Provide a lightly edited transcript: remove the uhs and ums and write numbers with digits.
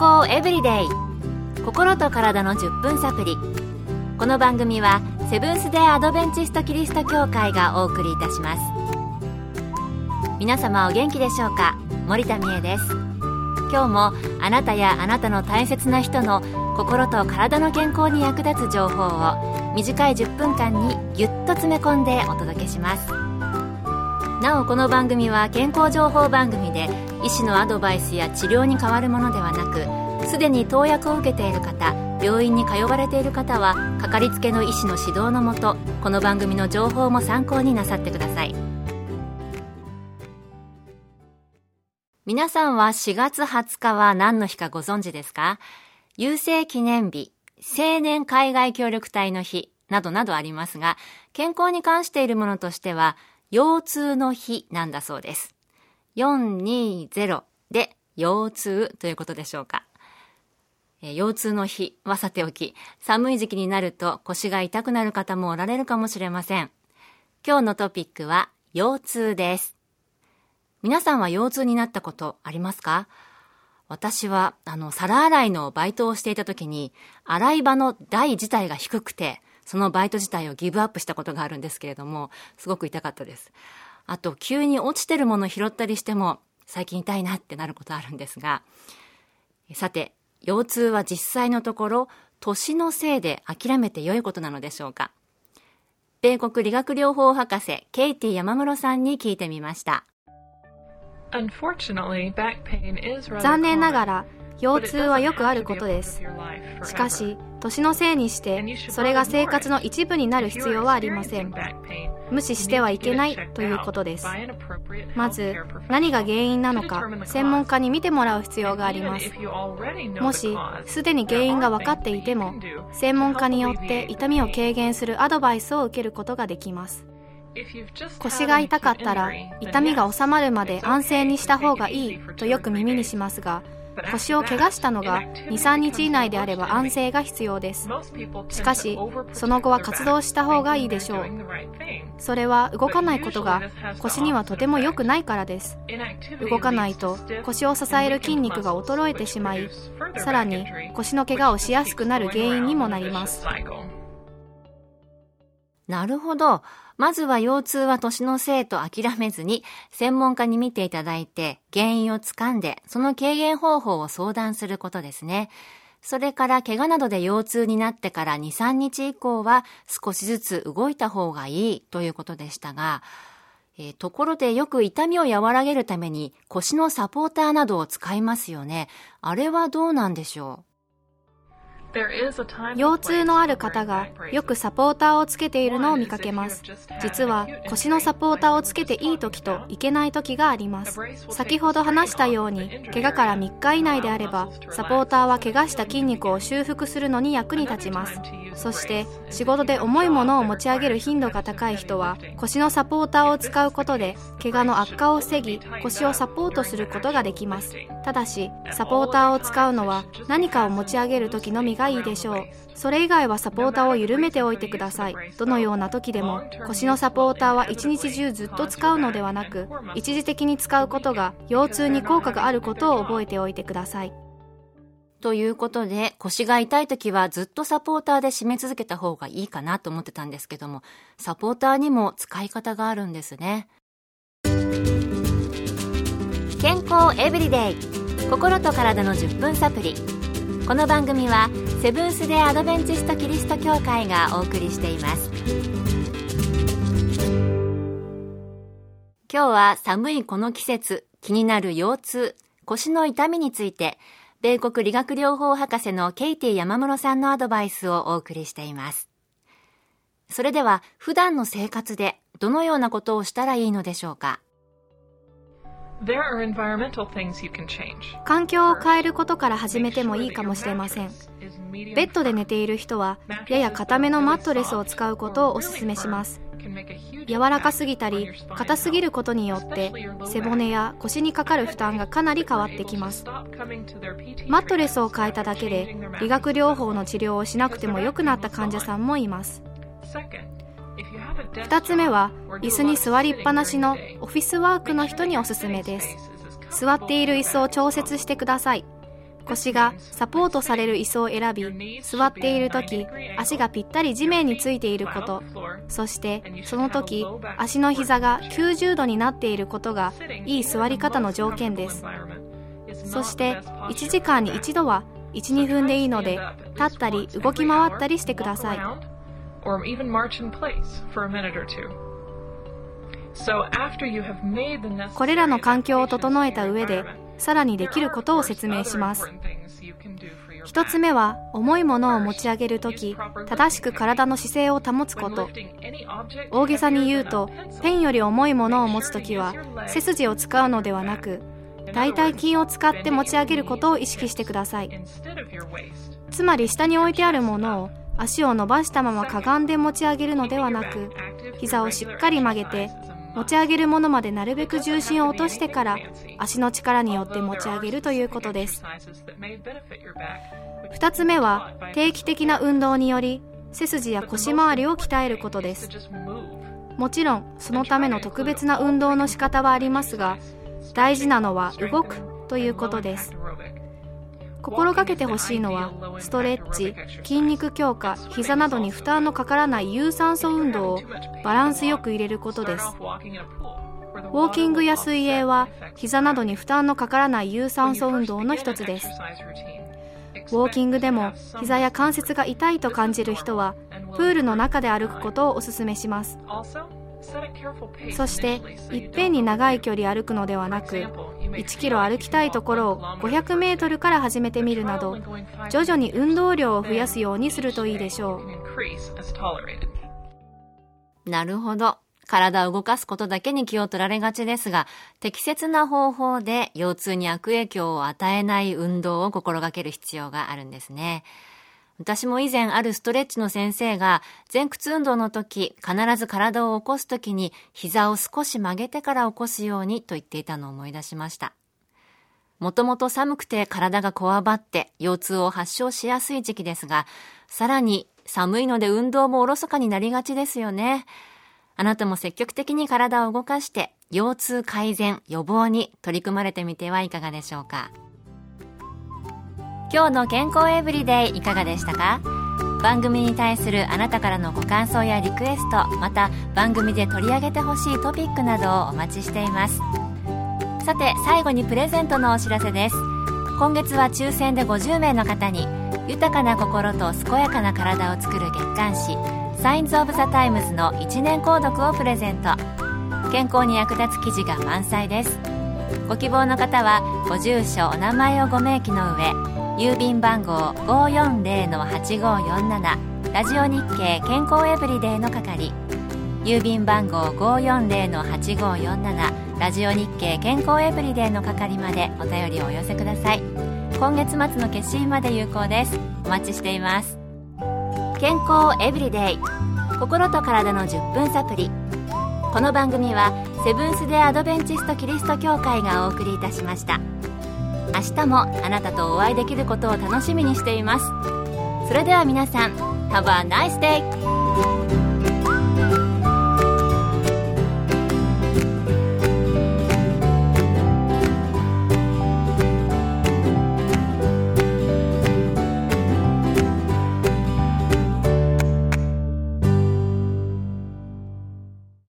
康エブリデイ、心と体の10分サプリ。この番組はセブンス・デー・アドベンチスト・キリスト教会がお送りいたします。皆様お元気でしょうか。森田美恵です。今日もあなたやあなたの大切な人の心と体の健康に役立つ情報を短い10分間にぎゅっと詰め込んでお届けします。なおこの番組は健康情報番組で医師のアドバイスや治療に代わるものではなく、すでに投薬を受けている方、病院に通われている方はかかりつけの医師の指導のもと、この番組の情報も参考になさってください。皆さんは4月20日は何の日かご存知ですか？郵政記念日、青年海外協力隊の日などなどありますが、健康に関しているものとしては腰痛の日なんだそうです。420で腰痛ということでしょうか。腰痛の日はさておき、寒い時期になると腰が痛くなる方もおられるかもしれません。今日のトピックは腰痛です。皆さんは腰痛になったことありますか？私は皿洗いのバイトをしていた時に、洗い場の台自体が低くて、そのバイト自体をギブアップしたことがあるんですけれども、すごく痛かったです。あと急に落ちてるもの拾ったりしても最近痛いなってなることあるんですが、さて腰痛は実際のところ年のせいで諦めて良いことなのでしょうか。米国理学療法博士ケイティ山室さんに聞いてみました。 残念ながら腰痛はよくあることです。しかし年のせいにしてそれが生活の一部になる必要はありません。無視してはいけないということです。まず何が原因なのか専門家に見てもらう必要があります。もしすでに原因が分かっていても、専門家によって痛みを軽減するアドバイスを受けることができます。腰が痛かったら痛みが収まるまで安静にした方がいいとよく耳にしますが、腰を怪我したのが 2,3 日以内であれば安静が必要です。しかしその後は活動した方がいいでしょう。それは動かないことが腰にはとても良くないからです。動かないと腰を支える筋肉が衰えてしまい、さらに腰の怪我をしやすくなる原因にもなります。 なるほど。まずは腰痛は年のせいと諦めずに、専門家に見ていただいて原因をつかんで、その軽減方法を相談することですね。それから怪我などで腰痛になってから 2,3 日以降は少しずつ動いた方がいいということでしたが、ところでよく痛みを和らげるために腰のサポーターなどを使いますよね。あれはどうなんでしょう？ 腰痛のある方がよくサポーターをつけているのを見かけます。実は腰のサポーターをつけていい時といけない時があります。先ほど話したように、怪我から3日以内であればサポーターは怪我した筋肉を修復するのに役に立ちます。そして仕事で重いものを持ち上げる頻度が高い人は腰のサポーターを使うことで怪我の悪化を防ぎ、腰をサポートすることができます。ただしサポーターを使うのは何かを持ち上げる時のみがいいでしょう。それ以外はサポーターを緩めておいてください。どのような時でも腰のサポーターは一日中ずっと使うのではなく、一時的に使うことが腰痛に効果があることを覚えておいてください。 ということで、腰が痛い時はずっとサポーターで締め続けた方がいいかなと思ってたんですけども、サポーターにも使い方があるんですね。健康エブリデイ、心と体の10分サプリ。この番組はセブンス・デー・アドベンチスト・キリスト教会がお送りしています。今日は寒いこの季節、気になる腰痛、腰の痛みについて、米国理学療法博士のケイティ山室さんのアドバイスをお送りしています。それでは普段の生活でどのようなことをしたらいいのでしょうか。 環境を変えることから始めてもいいかもしれません。ベッドで寝ている人はやや硬めのマットレスを使うことをお勧めします。柔らかすぎたり硬すぎることによって背骨や腰にかかる負担がかなり変わってきます。マットレスを変えただけで理学療法の治療をしなくても良くなった患者さんもいます。2つ目は椅子に座りっぱなしのオフィスワークの人におすすめです。座っている椅子を調節してください。 腰がサポートされる椅子を選び、座っているとき、足がぴったり地面についていること、そしてそのとき、足の膝が90度になっていることがいい座り方の条件です。そして1時間に1度は1、2分でいいので、立ったり動き回ったりしてください。これらの環境を整えた上で、さらにできることを説明します。一つ目は、重いものを持ち上げるとき、正しく体の姿勢を保つこと。大げさに言うと、ペンより重いものを持つときは、背筋を使うのではなく、大腿筋を使って持ち上げることを意識してください。つまり下に置いてあるものを足を伸ばしたままかがんで持ち上げるのではなく、膝をしっかり曲げて、持ち上げるものまでなるべく重心を落としてから足の力によって持ち上げるということです。2つ目は定期的な運動により背筋や腰回りを鍛えることです。もちろんそのための特別な運動の仕方はありますが、大事なのは動くということです。心がけてほしいのはストレッチ、筋肉強化、膝などに負担のかからない有酸素運動をバランスよく入れることです。ウォーキングや水泳は膝などに負担のかからない有酸素運動の一つです。ウォーキングでも膝や関節が痛いと感じる人はプールの中で歩くことをお勧めします。そしていっぺんに長い距離歩くのではなく、1キロ歩きたいところを500メートルから始めてみるなど、徐々に運動量を増やすようにするといいでしょう。なるほど。体を動かすことだけに気を取られがちですが、適切な方法で腰痛に悪影響を与えない運動を心がける必要があるんですね。私も以前あるストレッチの先生が前屈運動の時、必ず体を起こす時に膝を少し曲げてから起こすようにと言っていたのを思い出しました。もともと寒くて体がこわばって腰痛を発症しやすい時期ですが、さらに寒いので運動もおろそかになりがちですよね。あなたも積極的に体を動かして腰痛改善、予防に取り組まれてみてはいかがでしょうか。今日の健康エブリデイいかがでしたか？番組に対するあなたからのご感想やリクエスト、また番組で取り上げてほしいトピックなどをお待ちしています。さて最後にプレゼントのお知らせです。今月は抽選で50名の方に豊かな心と健やかな体を作る月刊誌サインズオブザタイムズの1年購読をプレゼント。健康に役立つ記事が満載です。ご希望の方はご住所お名前をご明記の上、郵便番号 540-8547 ラジオ日経健康エブリデイの係、郵便番号 540-8547 ラジオ日経健康エブリデイの係までお便りをお寄せください。今月末の決心まで有効です。お待ちしています。健康エブリデイ、心と体の10分サプリ。この番組はセブンス・デ・アドベンチスト・キリスト教会がお送りいたしました。明日もあなたとお会いできることを楽しみにしています。それでは皆さん、Have a nice day!